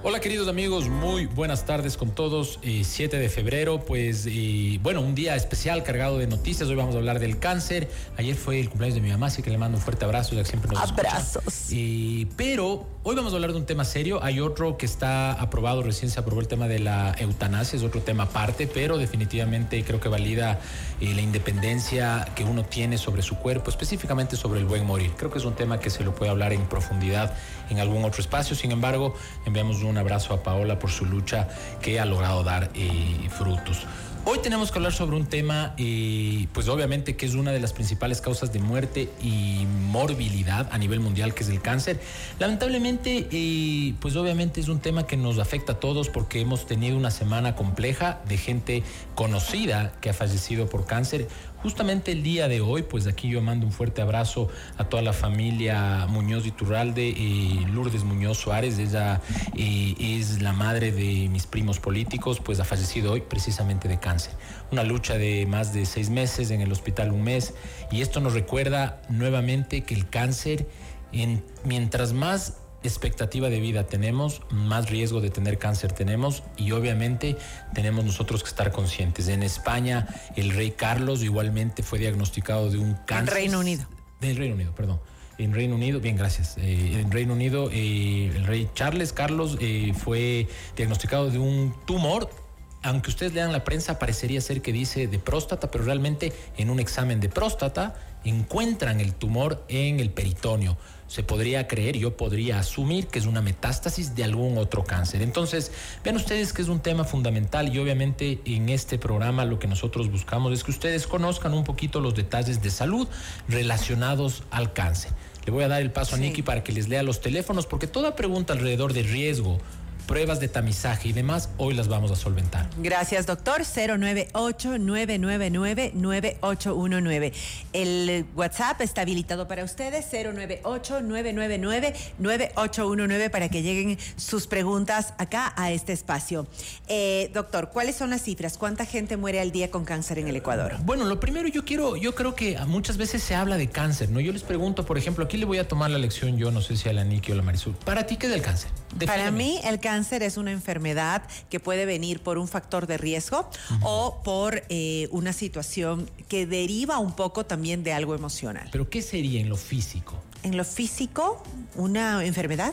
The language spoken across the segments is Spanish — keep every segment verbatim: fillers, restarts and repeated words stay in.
Hola queridos amigos, muy buenas tardes con todos. eh, siete de febrero, pues eh, bueno, un día especial cargado de noticias. Hoy vamos a hablar del cáncer. Ayer fue el cumpleaños de mi mamá, así que le mando un fuerte abrazo, ya que siempre nos Abrazos. Eh, pero hoy vamos a hablar de un tema serio. Hay otro que está aprobado, recién se aprobó el tema de la eutanasia, es otro tema aparte, pero definitivamente creo que valida eh, la independencia que uno tiene sobre su cuerpo, específicamente sobre el buen morir. Creo que es un tema que se lo puede hablar en profundidad en algún otro espacio. Sin embargo, enviamos un abrazo a Paola por su lucha que ha logrado dar eh, frutos. Hoy tenemos que hablar sobre un tema, eh, pues obviamente que es una de las principales causas de muerte y morbilidad a nivel mundial, que es el cáncer. Lamentablemente, eh, pues obviamente es un tema que nos afecta a todos porque hemos tenido una semana compleja de gente conocida que ha fallecido por cáncer. Justamente el día de hoy, pues aquí yo mando un fuerte abrazo a toda la familia Muñoz Iturralde. eh, Lourdes Muñoz Suárez, ella eh, es la madre de mis primos políticos, pues ha fallecido hoy precisamente de cáncer. Una lucha de más de seis meses en el hospital, un mes, y esto nos recuerda nuevamente que el cáncer, en, mientras más expectativa de vida tenemos, más riesgo de tener cáncer tenemos, y obviamente tenemos nosotros que estar conscientes. En España, el rey Carlos igualmente fue diagnosticado de un cáncer. En Reino Unido. Del Reino Unido, perdón. En Reino Unido, bien, gracias. Eh, en Reino Unido, eh, el rey Charles Carlos eh, fue diagnosticado de un tumor. Aunque ustedes lean la prensa, parecería ser que dice de próstata, pero realmente en un examen de próstata encuentran el tumor en el peritoneo. Se podría creer, yo podría asumir que es una metástasis de algún otro cáncer. Entonces, vean ustedes que es un tema fundamental, y obviamente en este programa lo que nosotros buscamos es que ustedes conozcan un poquito los detalles de salud relacionados al cáncer. Le voy a dar el paso sí. a Nikki para que les lea los teléfonos, porque toda pregunta alrededor de riesgo, pruebas de tamizaje y demás, hoy las vamos a solventar. Gracias, doctor. cero nueve ocho, nueve nueve nueve, nueve ocho uno nueve. El WhatsApp está habilitado para ustedes, cero nueve ocho, nueve nueve nueve, nueve ocho uno nueve, para que lleguen sus preguntas acá a este espacio. Eh, doctor, ¿cuáles son las cifras? ¿Cuánta gente muere al día con cáncer en el Ecuador? Bueno, lo primero yo quiero, yo creo que muchas veces se habla de cáncer, ¿no? Yo les pregunto, por ejemplo, aquí le voy a tomar la lección yo, no sé si a la Nikki o a la Marisol. ¿Para ti qué es el cáncer? Defíname. Para mí, el cáncer Cáncer es una enfermedad que puede venir por un factor de riesgo uh-huh. o por eh, una situación que deriva un poco también de algo emocional. ¿Pero qué sería en lo físico? En lo físico, una enfermedad.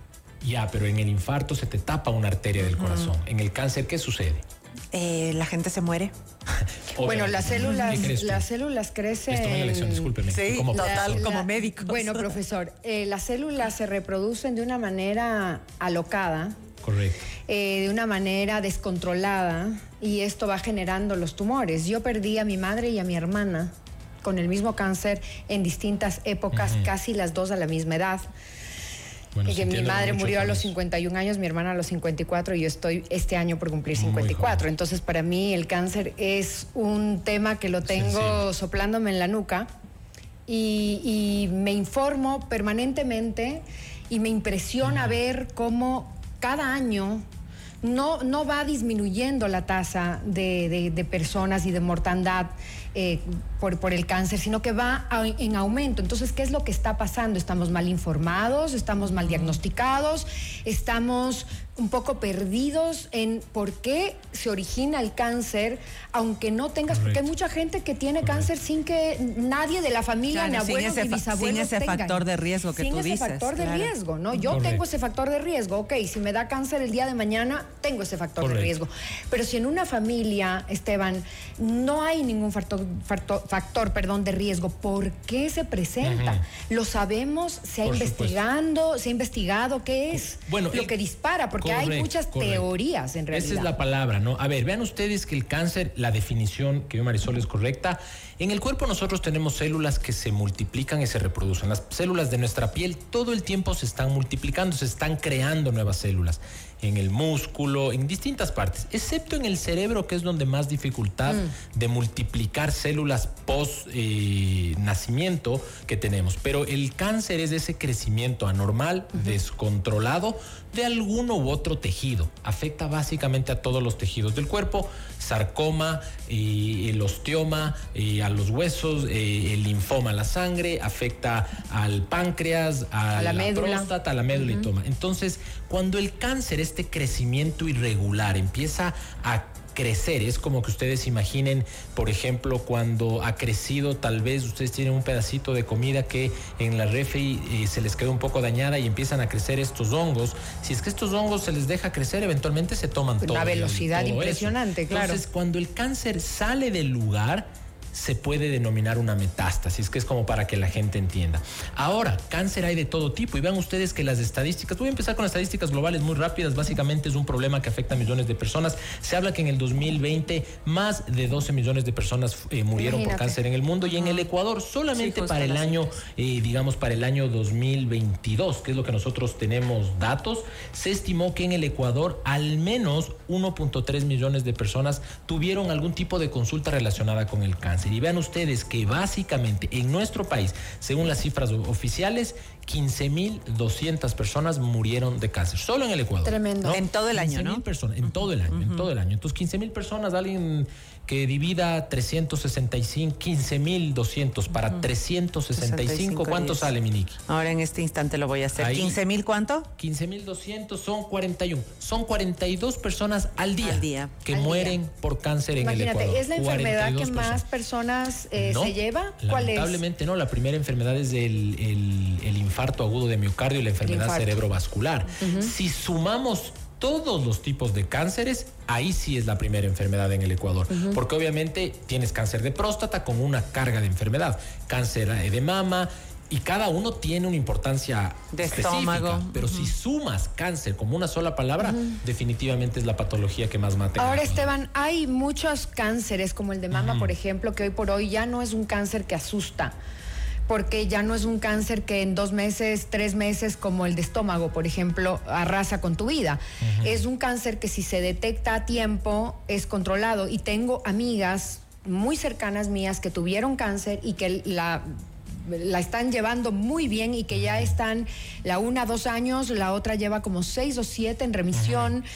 Ya, pero en el infarto se te tapa una arteria del uh-huh. corazón. En el cáncer, ¿qué sucede? Eh, la gente se muere. Bueno, las células, las células crecen. Les tomé la lección, discúlpeme. Sí, como total, la, como la, médicos. Bueno, profesor, eh, las células se reproducen de una manera alocada. Correcto. Eh, de una manera descontrolada, y esto va generando los tumores. Yo perdí a mi madre y a mi hermana con el mismo cáncer en distintas épocas, uh-huh. casi las dos a la misma edad. Bueno, que mi madre murió a los cincuenta y un años, mi hermana a los cincuenta y cuatro, y yo estoy este año por cumplir cincuenta y cuatro. Entonces, para mí el cáncer es un tema que lo tengo sí, sí. soplándome en la nuca, y, y me informo permanentemente, y me impresiona uh-huh. ver cómo cada año no, no va disminuyendo la tasa de, de, de personas y de mortandad eh, por, por el cáncer, sino que va a, en aumento. Entonces, ¿qué es lo que está pasando? ¿Estamos mal informados? ¿Estamos mal diagnosticados? ¿Estamos un poco perdidos en por qué se origina el cáncer, aunque no tengas? Correcto. Porque hay mucha gente que tiene Correcto. cáncer sin que nadie de la familia, claro, ni abuelos, sin ese, ni bisabuelos sin ese tengan. factor de riesgo que sin tú ese dices. factor claro. de riesgo, ¿no? Yo Correcto. tengo ese factor de riesgo, ok, si me da cáncer el día de mañana, tengo ese factor Correcto. de riesgo. Pero si en una familia, Esteban, no hay ningún factor, factor, factor perdón, de riesgo, ¿por qué se presenta? Uh-huh. Lo sabemos, se ha Por investigando, supuesto. se ha investigado qué es bueno, lo el, que dispara, porque correcto, hay muchas correcto. teorías en realidad. Esa es la palabra, ¿no? A ver, vean ustedes que el cáncer, la definición que dio Marisol es correcta. En el cuerpo nosotros tenemos células que se multiplican y se reproducen. Las células de nuestra piel todo el tiempo se están multiplicando, se están creando nuevas células. En el músculo, en distintas partes, excepto en el cerebro, que es donde más dificultad mm. de multiplicar células post eh, nacimiento que tenemos, pero el cáncer es ese crecimiento anormal, uh-huh. descontrolado de alguno u otro tejido. Afecta básicamente a todos los tejidos del cuerpo: sarcoma, eh, el osteoma, eh, a los huesos, eh, el linfoma a la sangre, afecta al páncreas, a, a la, la próstata, a la médula uh-huh. y toma. Entonces, cuando el cáncer, este crecimiento irregular, empieza a crecer, es como que ustedes imaginen, por ejemplo, cuando ha crecido, tal vez ustedes tienen un pedacito de comida que en la refri eh, se les quedó un poco dañada y empiezan a crecer estos hongos. Si es que estos hongos se les deja crecer, eventualmente se toman todo. Una velocidad todo impresionante, eso. claro. Entonces, cuando el cáncer sale del lugar, se puede denominar una metástasis, que es como para que la gente entienda. Ahora, cáncer hay de todo tipo, y vean ustedes que las estadísticas, voy a empezar con las estadísticas globales muy rápidas. Básicamente es un problema que afecta a millones de personas. Se habla que en el dos mil veinte más de doce millones de personas eh, murieron Imagínate. por cáncer en el mundo, y en el Ecuador solamente sí, para el año, eh, digamos para el año dos mil veintidós, que es lo que nosotros tenemos datos, se estimó que en el Ecuador al menos uno punto tres millones de personas tuvieron algún tipo de consulta relacionada con el cáncer. Y vean ustedes que básicamente en nuestro país, según las cifras oficiales, quince mil doscientas personas murieron de cáncer, solo en el Ecuador. Tremendo. ¿No? En todo el año, ¿no? Personas, en todo el año, uh-huh. en todo el año. Entonces, quince mil personas, alguien que divida trescientos sesenta y cinco, quince mil doscientos para uh-huh. trescientos sesenta y cinco, ¿cuánto diez. Sale, Miniki? Ahora en este instante lo voy a hacer. ¿quince mil cuánto? quince mil doscientos son cuarenta y uno. Son cuarenta y dos personas al día, al día. que al mueren día. por cáncer Imagínate, en el Ecuador. ¿es la enfermedad que personas. más personas eh, no, se lleva? ¿Cuál es? Lamentablemente no. La primera enfermedad es el, el, el infarto agudo de miocardio y la enfermedad cerebrovascular. Uh-huh. Si sumamos todos los tipos de cánceres, ahí sí es la primera enfermedad en el Ecuador, uh-huh. porque obviamente tienes cáncer de próstata con una carga de enfermedad, cáncer de mama, y cada uno tiene una importancia de específica, estómago. Pero uh-huh. si sumas cáncer como una sola palabra, uh-huh. definitivamente es la patología que más mata. Ahora, Esteban, hay muchos cánceres como el de mama, uh-huh. por ejemplo, que hoy por hoy ya no es un cáncer que asusta, porque ya no es un cáncer que en dos meses, tres meses, como el de estómago, por ejemplo, arrasa con tu vida. Uh-huh. Es un cáncer que si se detecta a tiempo es controlado. Y tengo amigas muy cercanas mías que tuvieron cáncer y que la, la están llevando muy bien y que ya están, la una dos años, la otra lleva como seis o siete en remisión. Uh-huh.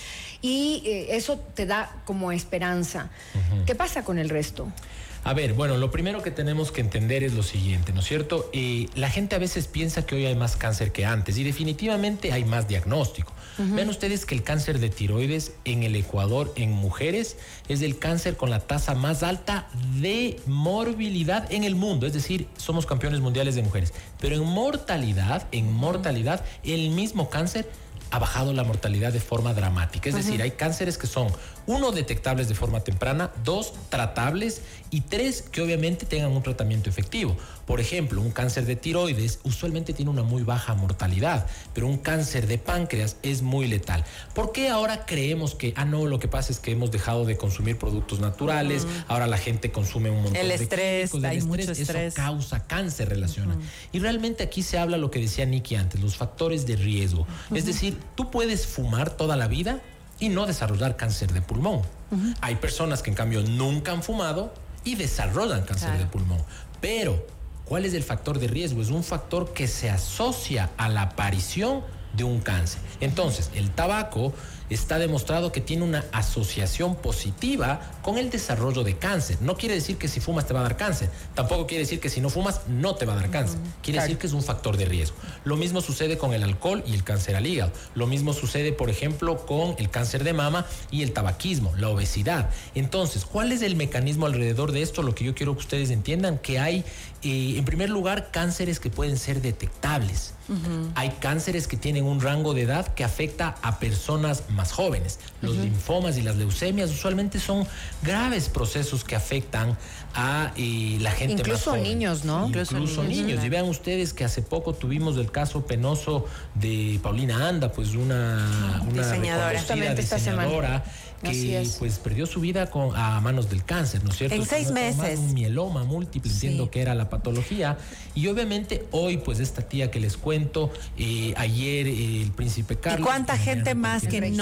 Y eh, eso te da como esperanza. Uh-huh. ¿Qué pasa con el resto? A ver, bueno, lo primero que tenemos que entender es lo siguiente, ¿no es cierto? Eh, la gente a veces piensa que hoy hay más cáncer que antes, y definitivamente hay más diagnóstico. Uh-huh. Vean ustedes que el cáncer de tiroides en el Ecuador, en mujeres, es el cáncer con la tasa más alta de morbilidad en el mundo. Es decir, somos campeones mundiales de mujeres. Pero en mortalidad, en mortalidad, el mismo cáncer ha bajado la mortalidad de forma dramática. Es uh-huh. decir, hay cánceres que son, uno, detectables de forma temprana, dos, tratables, y tres, que obviamente tengan un tratamiento efectivo. Por ejemplo, un cáncer de tiroides usualmente tiene una muy baja mortalidad, pero un cáncer de páncreas es muy letal. ¿Por qué ahora creemos que, ah, no, lo que pasa es que hemos dejado de consumir productos naturales, uh-huh. ahora la gente consume un montón el de estrés, químicos, hay el mucho estrés, estrés. Eso causa cáncer, relaciona. Uh-huh. Y realmente aquí se habla lo que decía Nikki antes, los factores de riesgo. Uh-huh. Es decir, tú puedes fumar toda la vida y no desarrollar cáncer de pulmón. Uh-huh. Hay personas que en cambio nunca han fumado y desarrollan cáncer claro. de pulmón. Pero, ¿cuál es el factor de riesgo? Es un factor que se asocia a la aparición de un cáncer. Entonces, el tabaco está demostrado que tiene una asociación positiva con el desarrollo de cáncer. No quiere decir que si fumas te va a dar cáncer. Tampoco quiere decir que si no fumas no te va a dar cáncer. Quiere claro. decir que es un factor de riesgo. Lo mismo sucede con el alcohol y el cáncer al hígado. Lo mismo sucede, por ejemplo, con el cáncer de mama y el tabaquismo, la obesidad. Entonces, ¿cuál es el mecanismo alrededor de esto? Lo que yo quiero que ustedes entiendan, que hay, eh, en primer lugar, cánceres que pueden ser detectables. Uh-huh. Hay cánceres que tienen un rango de edad que afecta a personas más jóvenes. Los uh-huh. linfomas y las leucemias usualmente son graves procesos que afectan a eh, la gente incluso más joven. Niños, ¿no? Incluso, incluso niños. niños. Uh-huh. Y vean ustedes que hace poco tuvimos el caso penoso de Paulina Anda, pues una, una diseñadora, reconocida diseñadora que pues perdió su vida con, a manos del cáncer, ¿no es cierto? En seis meses. Un mieloma múltiple, sí. entiendo que era la patología. Y obviamente hoy, pues esta tía que les cuento, eh, ayer eh, el príncipe Carlos. ¿Y cuánta gente más que no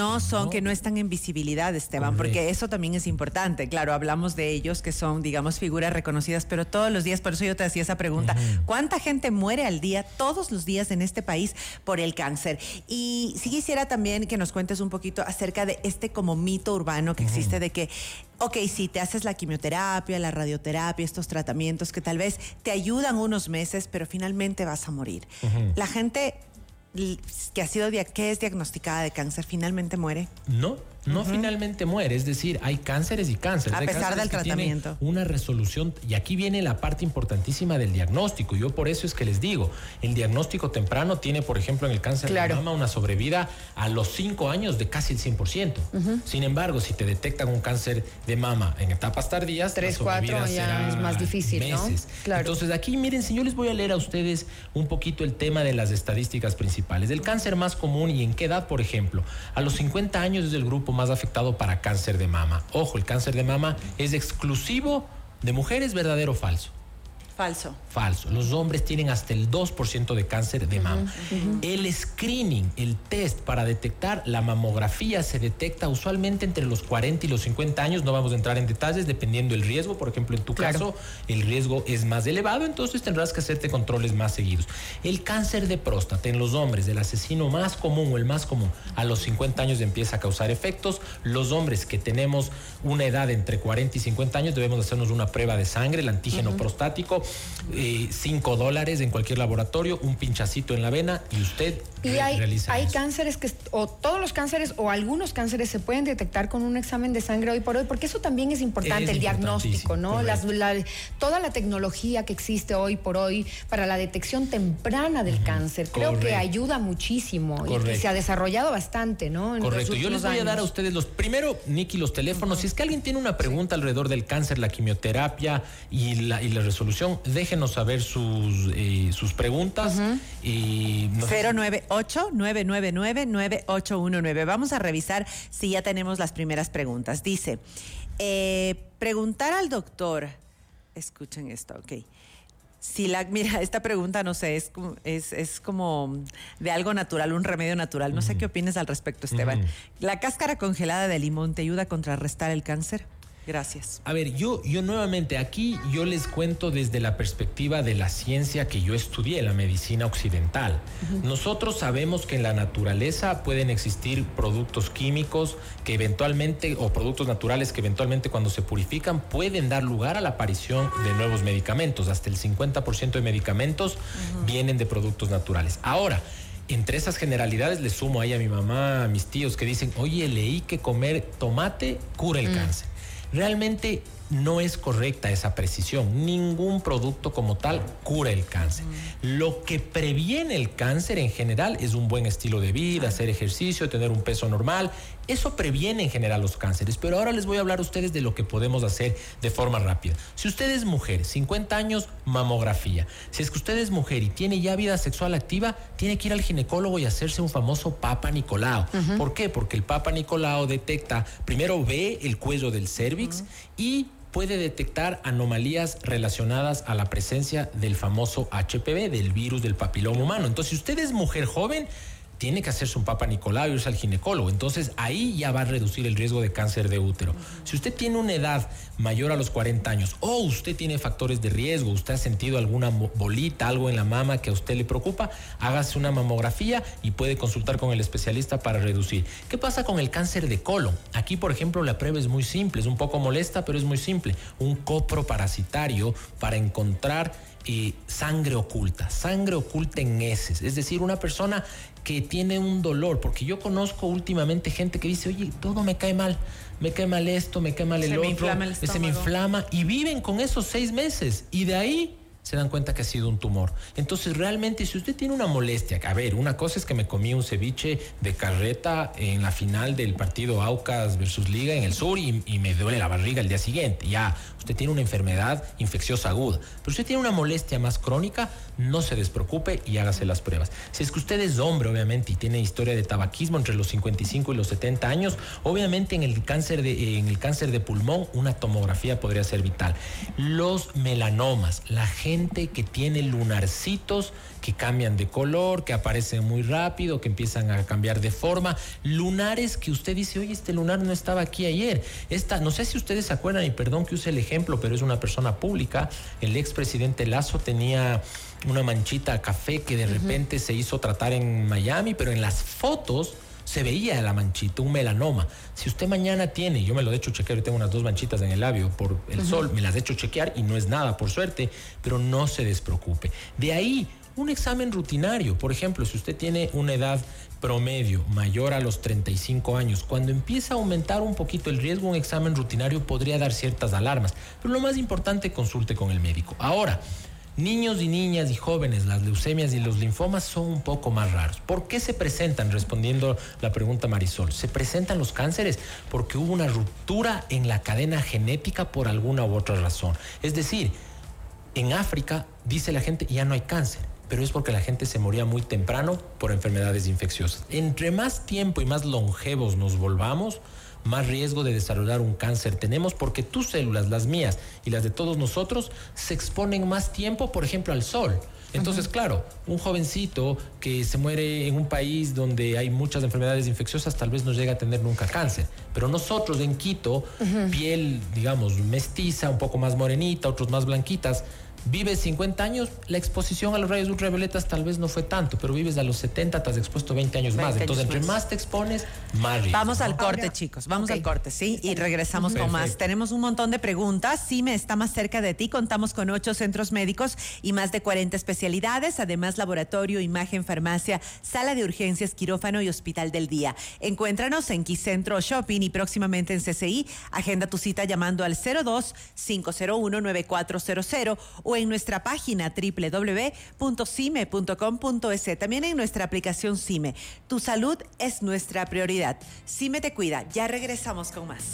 no son, ¿no? que no están en visibilidad, Esteban, Correcto. porque eso también es importante. Claro, hablamos de ellos que son, digamos, figuras reconocidas, pero todos los días, por eso yo te hacía esa pregunta, uh-huh. ¿cuánta gente muere al día, todos los días en este país por el cáncer? Y sí quisiera también que nos cuentes un poquito acerca de este como mito urbano que uh-huh. existe de que, ok, sí, te haces la quimioterapia, la radioterapia, estos tratamientos que tal vez te ayudan unos meses, pero finalmente vas a morir. Uh-huh. La gente que ha sido que es diagnosticada de cáncer finalmente muere. No, no uh-huh. finalmente muere, es decir, hay cánceres y cánceres. A pesar del tratamiento. Una resolución, y aquí viene la parte importantísima del diagnóstico. Yo por eso es que les digo, el diagnóstico temprano tiene, por ejemplo, en el cáncer claro. de mama una sobrevida a los cinco años de casi el cien por ciento. Uh-huh. Sin embargo, si te detectan un cáncer de mama en etapas tardías, tres, cuatro ya es más difícil, meses. ¿no? Claro. Entonces aquí, miren, si yo les voy a leer a ustedes un poquito el tema de las estadísticas principales. Del cáncer más común y en qué edad, por ejemplo. A los cincuenta años es el grupo más afectado para cáncer de mama. Ojo, el cáncer de mama es exclusivo de mujeres, ¿verdadero o falso? Falso. Falso. Los hombres tienen hasta el dos por ciento de cáncer de mama. Uh-huh, uh-huh. El screening, el test para detectar la mamografía se detecta usualmente entre los cuarenta y los cincuenta años. No vamos a entrar en detalles dependiendo del riesgo. Por ejemplo, en tu claro. caso, el riesgo es más elevado, entonces tendrás que hacerte controles más seguidos. El cáncer de próstata en los hombres, el asesino más común o el más común, a los cincuenta años empieza a causar efectos. Los hombres que tenemos una edad entre cuarenta y cincuenta años debemos hacernos una prueba de sangre, el antígeno uh-huh. prostático. Eh, cinco dólares en cualquier laboratorio, un pinchacito en la vena y usted y re- hay, realiza hay eso. cánceres que, o todos los cánceres o algunos cánceres se pueden detectar con un examen de sangre hoy por hoy, porque eso también es importante, es el diagnóstico, ¿no? Las, la, toda la tecnología que existe hoy por hoy para la detección temprana del uh-huh. cáncer, creo Correcto. que ayuda muchísimo y, y se ha desarrollado bastante, ¿no? En Correcto, yo les voy años. a dar a ustedes los, primero, Nikki, los teléfonos, uh-huh. si es que alguien tiene una pregunta sí. alrededor del cáncer, la quimioterapia y la, y la resolución, déjenos saber sus, eh, sus preguntas. Uh-huh. y no cero nueve ocho, nueve nueve nueve, nueve ocho uno nueve. Vamos a revisar si ya tenemos las primeras preguntas. Dice, eh, preguntar al doctor, escuchen esto, ok. Si la, mira, esta pregunta, no sé, es, es, es como de algo natural, un remedio natural. No uh-huh. sé qué opinas al respecto, Esteban. Uh-huh. ¿La cáscara congelada de limón te ayuda a contrarrestar el cáncer? Gracias. A ver, yo, yo nuevamente aquí yo les cuento desde la perspectiva de la ciencia que yo estudié, la medicina occidental. Uh-huh. Nosotros sabemos que en la naturaleza pueden existir productos químicos que eventualmente, o productos naturales que eventualmente cuando se purifican pueden dar lugar a la aparición de nuevos medicamentos. Hasta el cincuenta por ciento de medicamentos uh-huh. vienen de productos naturales. Ahora, entre esas generalidades le sumo ahí a mi mamá, a mis tíos que dicen, oye, leí que comer tomate cura el mm. cáncer. Realmente no es correcta esa precisión. Ningún producto como tal cura el cáncer. Mm. Lo que previene el cáncer en general es un buen estilo de vida, hacer ejercicio, tener un peso normal. Eso previene en general los cánceres. Pero ahora les voy a hablar a ustedes de lo que podemos hacer de forma rápida. Si usted es mujer, cincuenta años, mamografía. Si es que usted es mujer y tiene ya vida sexual activa, tiene que ir al ginecólogo y hacerse un famoso Papa Nicolau. Uh-huh. ¿Por qué? Porque el Papa Nicolau detecta, primero ve el cuello del cérvix uh-huh. y puede detectar anomalías relacionadas a la presencia del famoso H P V, del virus del papiloma humano. Entonces, si usted es mujer joven, tiene que hacerse un Papa Nicolau y irse al ginecólogo. Entonces, ahí ya va a reducir el riesgo de cáncer de útero. Uh-huh. Si usted tiene una edad mayor a los cuarenta años o usted tiene factores de riesgo, usted ha sentido alguna bolita, algo en la mama que a usted le preocupa, hágase una mamografía y puede consultar con el especialista para reducir. ¿Qué pasa con el cáncer de colon? Aquí, por ejemplo, la prueba es muy simple, es un poco molesta, pero es muy simple. Un coproparasitario para encontrar eh, sangre oculta, sangre oculta en heces. Es decir, una persona que tiene un dolor, porque yo conozco últimamente gente que dice, oye, todo me cae mal, me cae mal esto, me cae mal el otro, se me inflama, y viven con esos seis meses, y de ahí se dan cuenta que ha sido un tumor. Entonces, realmente, si usted tiene una molestia, a ver, una cosa es que me comí un ceviche de carreta en la final del partido Aucas versus Liga en el sur y, y me duele la barriga el día siguiente. Ya, usted tiene una enfermedad infecciosa aguda. Pero usted tiene una molestia más crónica, no se despreocupe y hágase las pruebas. Si es que usted es hombre, obviamente, y tiene historia de tabaquismo entre los cincuenta y cinco y los setenta años, obviamente en el cáncer de, en el cáncer de pulmón, una tomografía podría ser vital. Los melanomas, la gente gente que tiene lunarcitos que cambian de color, que aparecen muy rápido, que empiezan a cambiar de forma. Lunares que usted dice, oye, este lunar no estaba aquí ayer. Esta, no sé si ustedes se acuerdan, y perdón que use el ejemplo, pero es una persona pública. El expresidente Lasso tenía una manchita café que de uh-huh. repente se hizo tratar en Miami, pero en las fotos se veía la manchita, un melanoma. Si usted mañana tiene, yo me lo he hecho chequear, yo tengo unas dos manchitas en el labio por el uh-huh. sol, me las he hecho chequear y no es nada, por suerte, pero no se despreocupe. De ahí, un examen rutinario. Por ejemplo, si usted tiene una edad promedio mayor a los treinta y cinco años, cuando empieza a aumentar un poquito el riesgo, un examen rutinario podría dar ciertas alarmas. Pero lo más importante, consulte con el médico. Ahora, niños y niñas y jóvenes, las leucemias y los linfomas son un poco más raros. ¿Por qué se presentan? Respondiendo la pregunta Marisol, se presentan los cánceres porque hubo una ruptura en la cadena genética por alguna u otra razón. Es decir, en África, dice la gente, ya no hay cáncer, pero es porque la gente se moría muy temprano por enfermedades infecciosas. Entre más tiempo y más longevos nos volvamos, más riesgo de desarrollar un cáncer tenemos, porque tus células, las mías y las de todos nosotros, se exponen más tiempo, por ejemplo, al sol. Entonces, uh-huh. claro, un jovencito que se muere en un país donde hay muchas enfermedades infecciosas tal vez no llega a tener nunca cáncer. Pero nosotros en Quito, uh-huh. piel, digamos, mestiza, un poco más morenita, otros más blanquitas, vives cincuenta años, la exposición a los rayos ultravioletas tal vez no fue tanto, pero vives a los setenta, te has expuesto veinte años más. Entonces, entre más te expones, más riesgo. Vamos al ¿no? corte, Ahora, chicos. Vamos okay. al corte, ¿sí? Y regresamos Perfecto. con más. Tenemos un montón de preguntas. CIME está más cerca de ti. Contamos con ocho centros médicos y más de cuarenta especialidades. Además, laboratorio, imagen, farmacia, sala de urgencias, quirófano y hospital del día. Encuéntranos en Quicentro Shopping y próximamente en C C I. Agenda tu cita llamando al cero dos, cinco cero uno, nueve cuatro cero cero o en nuestra página doble u doble u doble u punto cime punto com punto es. También en nuestra aplicación CIME. Tu salud es nuestra prioridad. CIME te cuida. Ya regresamos con más.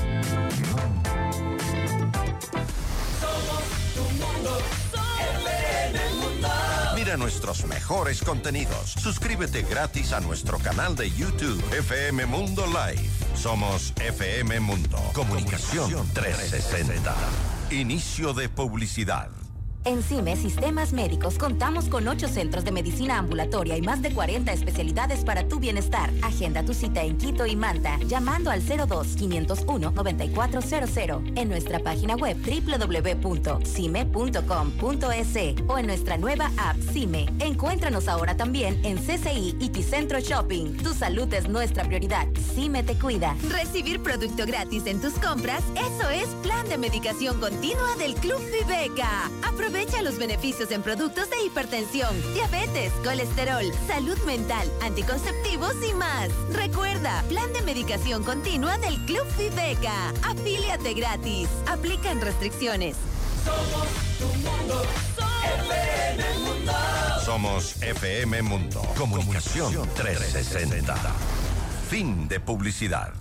Somos tu mundo. F M Mundo. Mira nuestros mejores contenidos. Suscríbete gratis a nuestro canal de YouTube F M Mundo Live. Somos F M Mundo. Comunicación trescientos sesenta. Inicio de publicidad. En CIME Sistemas Médicos contamos con ocho centros de medicina ambulatoria y más de cuarenta especialidades para tu bienestar. Agenda tu cita en Quito y Manta llamando al cero dos, quinientos uno, noventa y cuatro cero cero, en nuestra página web doble u doble u doble u punto cime punto com punto es o en nuestra nueva app CIME. Encuéntranos ahora también en C C I y Quicentro Shopping. Tu salud es nuestra prioridad. CIME te cuida. Recibir producto gratis en tus compras, eso es Plan de Medicación Continua del Club Fibeca. Aprovecha los beneficios en productos de hipertensión, diabetes, colesterol, salud mental, anticonceptivos y más. Recuerda, Plan de Medicación Continua del Club Fibeca. Afíliate gratis. Aplican restricciones. Somos tu mundo. F M Mundo. Somos F M Mundo. Comunicación trescientos sesenta. Fin de publicidad.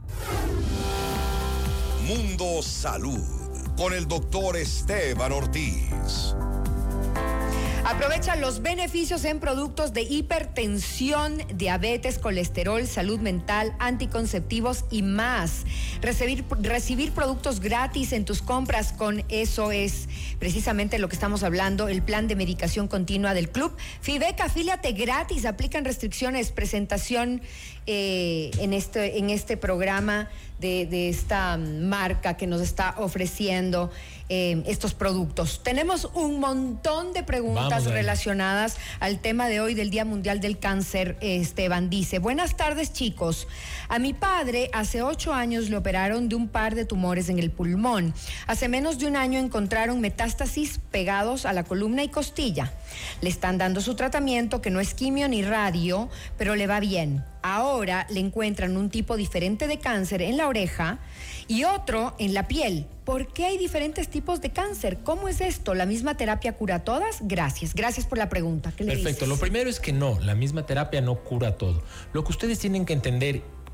Mundo Salud con el doctor Esteban Ortiz. Aprovecha los beneficios en productos de hipertensión, diabetes, colesterol, salud mental, anticonceptivos y más. Recibir, recibir productos gratis en tus compras, con eso es precisamente lo que estamos hablando, el plan de medicación continua del Club Fibeca. Afíliate gratis, aplican restricciones, presentación eh, en, este, en este programa de, de esta marca que nos está ofreciendo eh, estos productos. Tenemos un montón de preguntas relacionadas al tema de hoy del Día Mundial del Cáncer. Esteban dice: buenas tardes, chicos. A mi padre hace ocho años le operaron de un par de tumores en el pulmón. Hace menos de un año encontraron metástasis pegados a la columna y costilla. Le están dando su tratamiento, que no es quimio ni radio, pero le va bien. Ahora le encuentran un tipo diferente de cáncer en la oreja y otro en la piel. ¿Por qué hay diferentes tipos de cáncer? ¿Cómo es esto? ¿La misma terapia cura todas? Gracias, gracias por la pregunta. ¿Qué le Perfecto, dices? lo primero es que no, la misma terapia no cura todo. Lo que ustedes tienen que entender,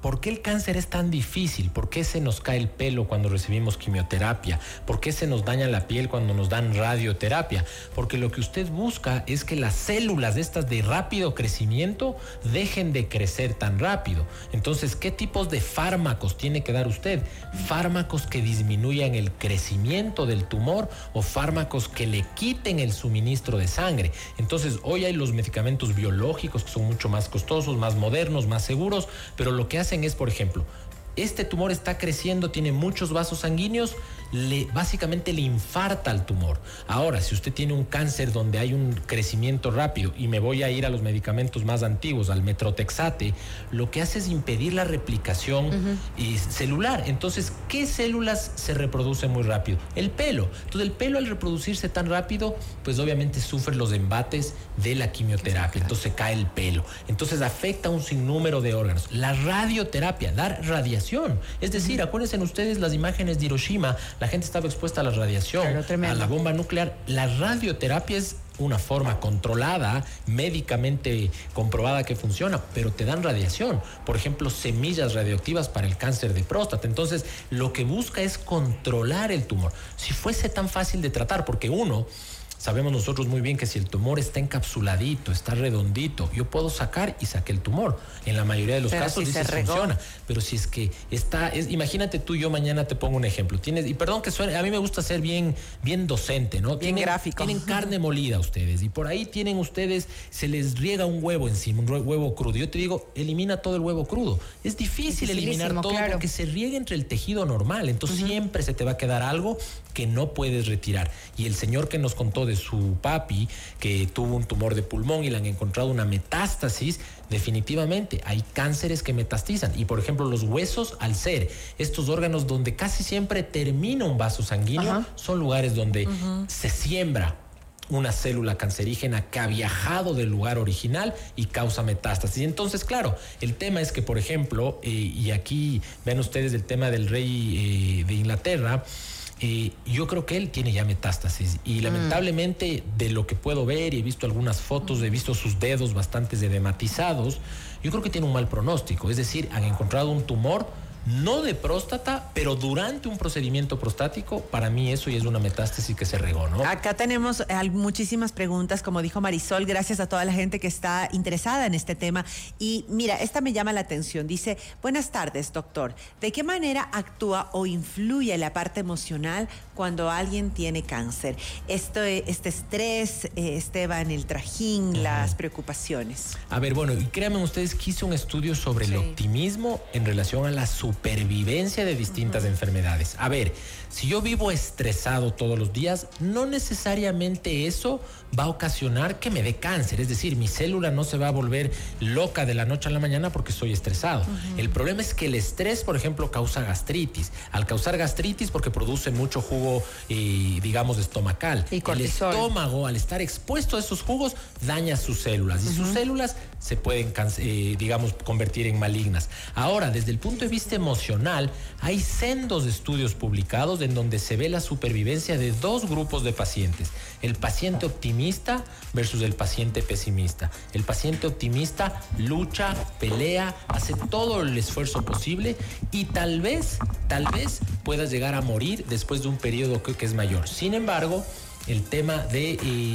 ¿por qué el cáncer es tan difícil? ¿Por qué se nos cae el pelo cuando recibimos quimioterapia? ¿Por qué se nos daña la piel cuando nos dan radioterapia? Porque lo que usted busca es que las células de estas de rápido crecimiento dejen de crecer tan rápido. Entonces, ¿qué tipos de fármacos tiene que dar usted? Fármacos que disminuyan el crecimiento del tumor o fármacos que le quiten el suministro de sangre. Entonces, hoy hay los medicamentos biológicos que son mucho más costosos, más modernos, más seguros, pero lo que hacen es, por ejemplo, este tumor está creciendo, tiene muchos vasos sanguíneos, le, básicamente le infarta al tumor. Ahora, si usted tiene un cáncer donde hay un crecimiento rápido, y me voy a ir a los medicamentos más antiguos, al metrotexate, lo que hace es impedir la replicación uh-huh. y celular. Entonces, ¿qué células se reproducen muy rápido? El pelo. Entonces, el pelo al reproducirse tan rápido, pues obviamente sufre los embates de la quimioterapia. Entonces, se cae el pelo. Entonces, afecta a un sinnúmero de órganos. La radioterapia, dar radiación. Es decir, uh-huh. acuérdense ustedes las imágenes de Hiroshima, la gente estaba expuesta a la radiación, claro, a la bomba nuclear. La radioterapia es una forma controlada, médicamente comprobada que funciona, pero te dan radiación. Por ejemplo, semillas radioactivas para el cáncer de próstata. Entonces, lo que busca es controlar el tumor. Si fuese tan fácil de tratar, porque uno... Sabemos nosotros muy bien que si el tumor está encapsuladito, está redondito, yo puedo sacar y saqué el tumor. En la mayoría de los pero casos si dices funciona. Pero si es que está, es, imagínate tú, yo mañana te pongo un ejemplo. Tienes, y perdón que suene, a mí me gusta ser bien, bien docente, ¿no? Bien tienen, gráfico. Tienen carne molida ustedes y por ahí tienen ustedes, se les riega un huevo encima, un huevo crudo. Yo te digo, elimina todo el huevo crudo. Es difícil eliminar todo claro. porque se riega entre el tejido normal. Entonces uh-huh. siempre se te va a quedar algo que no puedes retirar. Y el señor que nos contó de su papi, que tuvo un tumor de pulmón y le han encontrado una metástasis, definitivamente hay cánceres que metastizan. Y por ejemplo, los huesos, al ser estos órganos donde casi siempre termina un vaso sanguíneo, uh-huh. son lugares donde uh-huh. se siembra una célula cancerígena que ha viajado del lugar original y causa metástasis. Entonces, claro, el tema es que, por ejemplo, eh, y aquí ven ustedes el tema del rey eh, de Inglaterra, Eh, yo creo que él tiene ya metástasis y lamentablemente mm. de lo que puedo ver y he visto algunas fotos, he visto sus dedos bastante edematizados, yo creo que tiene un mal pronóstico, es decir, han encontrado un tumor no de próstata, pero durante un procedimiento prostático. Para mí eso ya es una metástasis que se regó, ¿no? Acá tenemos eh, muchísimas preguntas, como dijo Marisol, gracias a toda la gente que está interesada en este tema. Y mira, esta me llama la atención. Dice, buenas tardes, doctor. ¿De qué manera actúa o influye la parte emocional cuando alguien tiene cáncer? Esto, este estrés, eh, Esteban, el trajín, uh-huh. las preocupaciones. A ver, bueno, y créanme ustedes que hice un estudio sobre sí. el optimismo en relación a la supervivencia de distintas uh-huh. enfermedades. A ver, si yo vivo estresado todos los días, no necesariamente eso va a ocasionar que me dé cáncer. Es decir, mi célula no se va a volver loca de la noche a la mañana porque estoy estresado. Uh-huh. El problema es que el estrés, por ejemplo, causa gastritis. Al causar gastritis, porque produce mucho jugo, eh, digamos, estomacal. Y cortisol. El estómago, al estar expuesto a esos jugos, daña sus células. Y uh-huh. sus células se pueden, eh, digamos, convertir en malignas. Ahora, desde el punto de vista emocional, hay sendos estudios publicados en donde se ve la supervivencia de dos grupos de pacientes. El paciente optimista versus el paciente pesimista. El paciente optimista lucha, pelea, hace todo el esfuerzo posible y tal vez, tal vez puedas llegar a morir después de un periodo que, que es mayor. Sin embargo, el tema de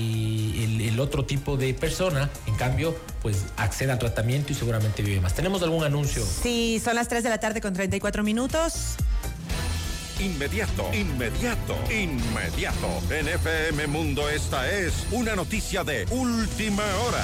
eh, el, el otro tipo de persona, en cambio, pues accede al tratamiento y seguramente vive más. ¿Tenemos algún anuncio? Sí, son las tres de la tarde con treinta y cuatro minutos. Inmediato, inmediato, inmediato. En F M Mundo esta es una noticia de última hora.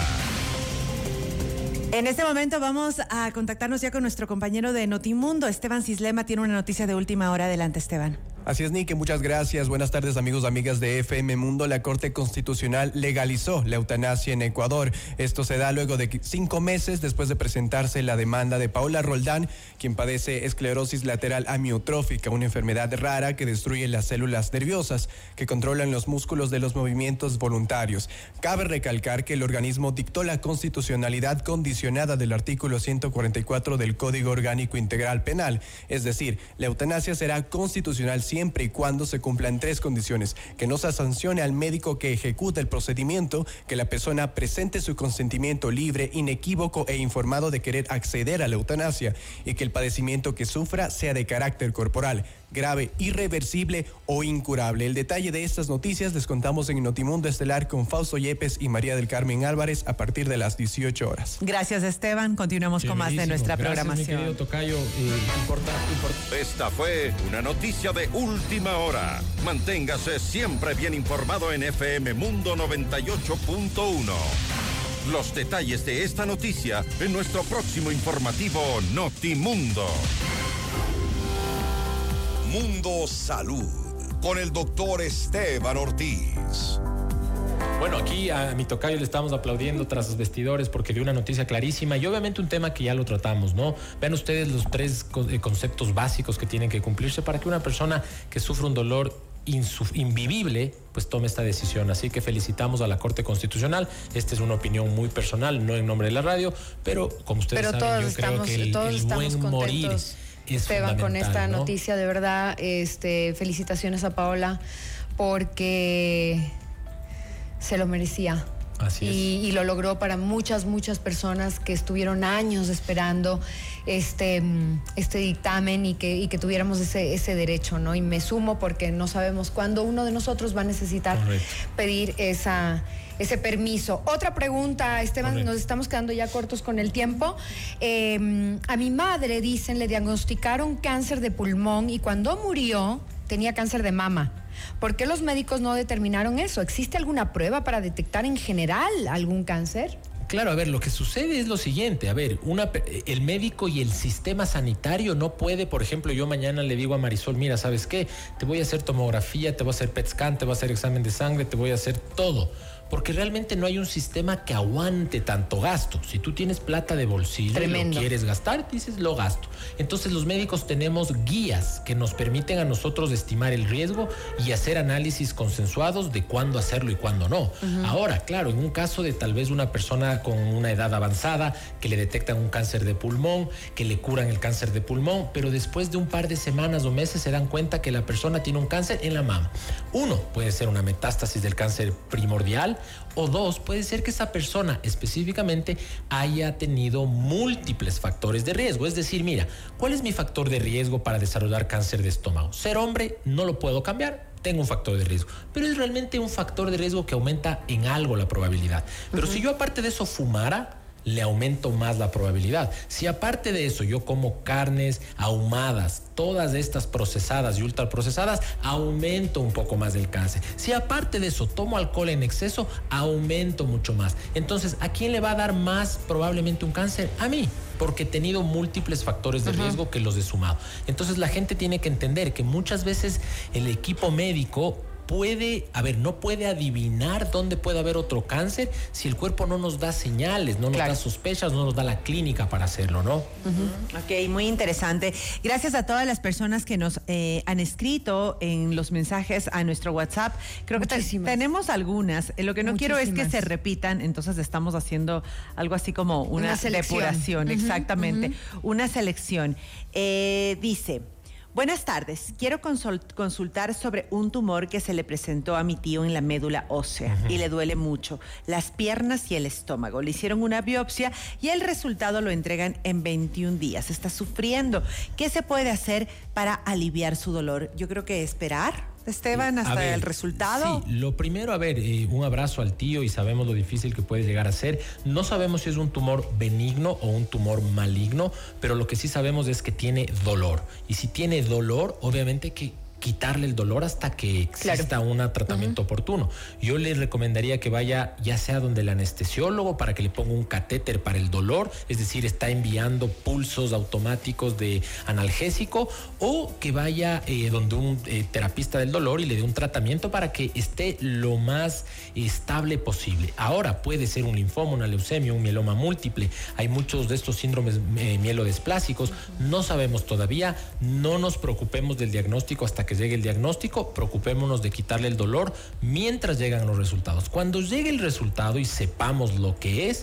En este momento vamos a contactarnos ya con nuestro compañero de Notimundo, Esteban Cislema, tiene una noticia de última hora. Adelante, Esteban. Así es, Nick, muchas gracias. Buenas tardes, amigos, amigas de F M Mundo. La Corte Constitucional legalizó la eutanasia en Ecuador. Esto se da luego de cinco meses después de presentarse la demanda de Paola Roldán, quien padece esclerosis lateral amiotrófica, una enfermedad rara que destruye las células nerviosas que controlan los músculos de los movimientos voluntarios. Cabe recalcar que el organismo dictó la constitucionalidad condicionada del artículo ciento cuarenta y cuatro del Código Orgánico Integral Penal, es decir, la eutanasia será constitucional si siempre y cuando se cumplan tres condiciones: que no se sancione al médico que ejecuta el procedimiento, que la persona presente su consentimiento libre, inequívoco e informado de querer acceder a la eutanasia, y que el padecimiento que sufra sea de carácter corporal, grave, irreversible o incurable. El detalle de estas noticias les contamos en Notimundo Estelar con Fausto Yepes y María del Carmen Álvarez a partir de las dieciocho horas. Gracias, Esteban. Continuamos con más de nuestra Gracias, programación. Mi querido tocayo. Eh, importa, importa. Esta fue una noticia de última hora. Manténgase siempre bien informado en F M Mundo noventa y ocho punto uno. Los detalles de esta noticia en nuestro próximo informativo Notimundo. Mundo Salud con el doctor Esteban Ortiz. Bueno, aquí a mi tocayo le estamos aplaudiendo tras los vestidores porque dio una noticia clarísima y obviamente un tema que ya lo tratamos, ¿no? Vean ustedes los tres conceptos básicos que tienen que cumplirse para que una persona que sufre un dolor invivible pues tome esta decisión. Así que felicitamos a la Corte Constitucional. Esta es una opinión muy personal, no en nombre de la radio, pero como ustedes pero saben, yo estamos, creo que el, todos el estamos buen morir contentos, es Esteban, con esta ¿no? noticia, de verdad. Este, felicitaciones a Paola porque se lo merecía. Así es. Y, y lo logró para muchas, muchas personas que estuvieron años esperando este, este dictamen y que, y que tuviéramos ese, ese derecho, ¿no? Y me sumo porque no sabemos cuándo uno de nosotros va a necesitar Correcto. pedir esa, ese permiso. Otra pregunta, Esteban, Correcto. nos estamos quedando ya cortos con el tiempo. Eh, a mi madre, dicen, le diagnosticaron cáncer de pulmón y cuando murió tenía cáncer de mama. ¿Por qué los médicos no determinaron eso? ¿Existe alguna prueba para detectar en general algún cáncer? Claro, a ver, lo que sucede es lo siguiente, a ver, una, el médico y el sistema sanitario no puede, por ejemplo, yo mañana le digo a Marisol, mira, ¿sabes qué? Te voy a hacer tomografía, te voy a hacer P E T scan, te voy a hacer examen de sangre, te voy a hacer todo. Porque realmente no hay un sistema que aguante tanto gasto. Si tú tienes plata de bolsillo Tremendo. y lo quieres gastar, dices, lo gasto. Entonces los médicos tenemos guías que nos permiten a nosotros estimar el riesgo y hacer análisis consensuados de cuándo hacerlo y cuándo no. Uh-huh. Ahora, claro, en un caso de tal vez una persona con una edad avanzada, que le detectan un cáncer de pulmón, que le curan el cáncer de pulmón, pero después de un par de semanas o meses se dan cuenta que la persona tiene un cáncer en la mama. Uno, puede ser una metástasis del cáncer primordial, o dos, puede ser que esa persona específicamente haya tenido múltiples factores de riesgo. Es decir, mira, ¿cuál es mi factor de riesgo para desarrollar cáncer de estómago? Ser hombre, no lo puedo cambiar, tengo un factor de riesgo, pero es realmente un factor de riesgo que aumenta en algo la probabilidad. Pero uh-huh. si yo aparte de eso fumara, le aumento más la probabilidad. Si aparte de eso yo como carnes ahumadas, todas estas procesadas y ultraprocesadas, aumento un poco más el cáncer. Si aparte de eso tomo alcohol en exceso, aumento mucho más. Entonces, ¿a quién le va a dar más probablemente un cáncer? A mí, porque he tenido múltiples factores de uh-huh. riesgo que los he sumado. Entonces, la gente tiene que entender que muchas veces el equipo médico puede, a ver, no puede adivinar dónde puede haber otro cáncer si el cuerpo no nos da señales, no nos claro. da sospechas, no nos da la clínica para hacerlo, ¿no? Uh-huh. Ok, muy interesante. Gracias a todas las personas que nos eh, han escrito en los mensajes a nuestro WhatsApp. Creo que te- tenemos algunas. Lo que no Muchísimas. quiero es que se repitan, entonces estamos haciendo algo así como una, una depuración, uh-huh. exactamente, uh-huh. una selección. Eh, dice... Buenas tardes. Quiero consult- consultar sobre un tumor que se le presentó a mi tío en la médula ósea uh-huh. y le duele mucho las piernas y el estómago. Le hicieron una biopsia y el resultado lo entregan en veintiún días. Está sufriendo. ¿Qué se puede hacer para aliviar su dolor? Yo creo que esperar, Esteban, hasta ver, el resultado. Sí, lo primero, a ver, eh, un abrazo al tío y sabemos lo difícil que puede llegar a ser. No sabemos si es un tumor benigno o un tumor maligno, pero lo que sí sabemos es que tiene dolor. Y si tiene dolor, obviamente que quitarle el dolor hasta que exista claro. un tratamiento uh-huh. oportuno. Yo le recomendaría que vaya ya sea donde el anestesiólogo para que le ponga un catéter para el dolor, es decir, está enviando pulsos automáticos de analgésico, o que vaya eh, donde un eh, terapista del dolor y le dé un tratamiento para que esté lo más estable posible. Ahora puede ser un linfoma, una leucemia, un mieloma múltiple. Hay muchos de estos síndromes eh, mielodesplásicos. Uh-huh. No sabemos todavía. No nos preocupemos del diagnóstico hasta que llegue el diagnóstico, preocupémonos de quitarle el dolor mientras llegan los resultados. Cuando llegue el resultado y sepamos lo que es,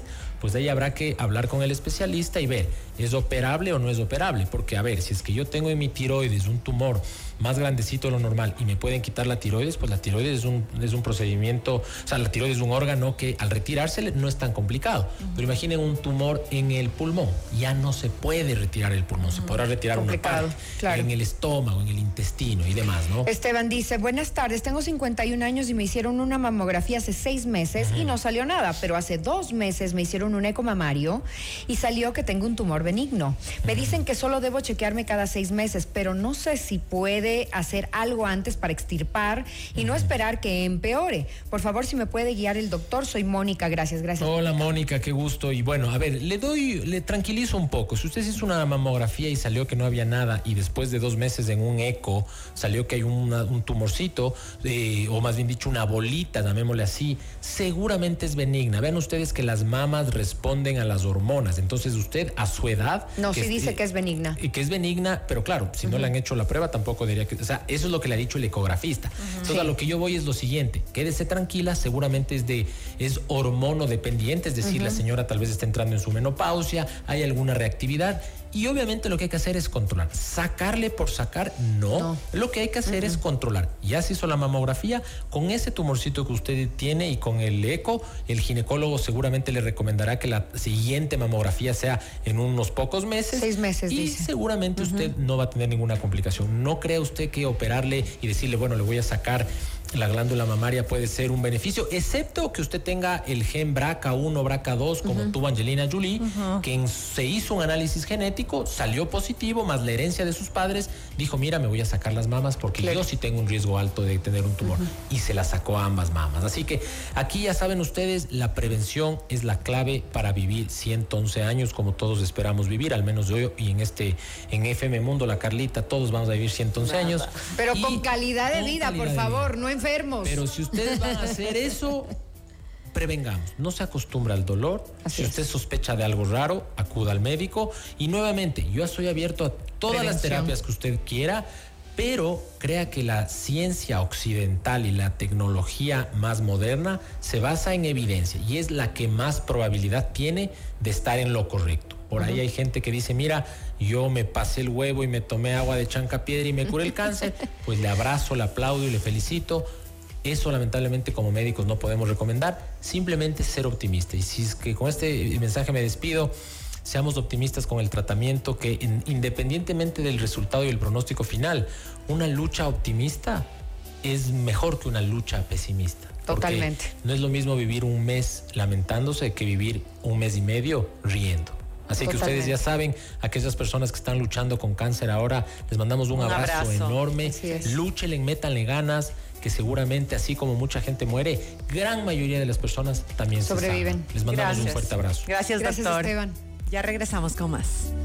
pues de ahí habrá que hablar con el especialista y ver, ¿es operable o no es operable? Porque, a ver, si es que yo tengo en mi tiroides un tumor más grandecito de lo normal y me pueden quitar la tiroides, pues la tiroides es un, es un procedimiento, o sea, la tiroides es un órgano que al retirársele no es tan complicado. Uh-huh. Pero imaginen un tumor en el pulmón, ya no se puede retirar el pulmón, uh-huh. se podrá retirar complicado, una parte, claro. en el estómago, en el intestino y demás, ¿no? Esteban dice, buenas tardes, tengo cincuenta y un años y me hicieron una mamografía hace seis meses uh-huh. y no salió nada, pero hace dos meses me hicieron un eco mamario y salió que tengo un tumor benigno. Me uh-huh. dicen que solo debo chequearme cada seis meses, pero no sé si puede hacer algo antes para extirpar y uh-huh. no esperar que empeore. Por favor, si me puede guiar el doctor, soy Mónica, gracias, gracias. Hola Mónica, qué gusto. Y bueno, a ver, le doy, le tranquilizo un poco. Si usted se hizo una mamografía y salió que no había nada y después de dos meses en un eco salió que hay una, un tumorcito, eh, o más bien dicho una bolita, llamémosle así, seguramente es benigna. Vean ustedes que las mamas responden a las hormonas. Entonces usted a su edad... No, sí es, dice eh, que es benigna. Y que es benigna, pero claro, si uh-huh. no le han hecho la prueba tampoco diría que... O sea, eso es lo que le ha dicho el ecografista. Uh-huh. Entonces, sí. a lo que yo voy es lo siguiente. Quédese tranquila, seguramente es de es hormonodependiente, es decir, uh-huh. la señora tal vez está entrando en su menopausia, hay alguna reactividad. Y obviamente lo que hay que hacer es controlar. Sacarle por sacar, no. no. Lo que hay que hacer uh-huh. es controlar. Ya se hizo la mamografía, con ese tumorcito que usted tiene y con el eco, el ginecólogo seguramente le recomendará que la siguiente mamografía sea en unos pocos meses. Seis meses, y dice. seguramente uh-huh. usted no va a tener ninguna complicación. No crea usted que operarle y decirle, bueno, le voy a sacar la glándula mamaria puede ser un beneficio, excepto que usted tenga el gen B R C A uno, B R C A dos, como uh-huh. tuvo Angelina Jolie, uh-huh. que en, se hizo un análisis genético, salió positivo, más la herencia de sus padres, dijo, mira, me voy a sacar las mamas porque claro. yo sí tengo un riesgo alto de tener un tumor. Uh-huh. Y se la sacó a ambas mamas. Así que aquí ya saben ustedes, la prevención es la clave para vivir ciento once años, como todos esperamos vivir, al menos yo y en este, en F M Mundo, la Carlita, todos vamos a vivir ciento once Nada. años. Pero con calidad de vida, calidad por favor, no enfermos. Pero si ustedes van a hacer eso, prevengamos. No se acostumbra al dolor. Así si usted es. sospecha de algo raro, acuda al médico. Y nuevamente, yo estoy abierto a todas Prevención. las terapias que usted quiera, pero crea que la ciencia occidental y la tecnología más moderna se basa en evidencia y es la que más probabilidad tiene de estar en lo correcto. Por uh-huh. ahí hay gente que dice, mira, yo me pasé el huevo y me tomé agua de chancapiedra y me curé el cáncer. Pues le abrazo, le aplaudo y le felicito. Eso lamentablemente como médicos no podemos recomendar, simplemente ser optimista. Y si es que con este mensaje me despido, seamos optimistas con el tratamiento, que in, independientemente del resultado y el pronóstico final, una lucha optimista es mejor que una lucha pesimista. Totalmente. No es lo mismo vivir un mes lamentándose que vivir un mes y medio riendo. Así Totalmente. que ustedes ya saben, aquellas personas que están luchando con cáncer ahora, les mandamos un, un abrazo, abrazo enorme. Lúchenle, métanle ganas, que seguramente así como mucha gente muere, gran mayoría de las personas también sobreviven. Se salvan. Les mandamos Gracias. un fuerte abrazo. Gracias, Gracias, doctor. Esteban. Ya regresamos con más.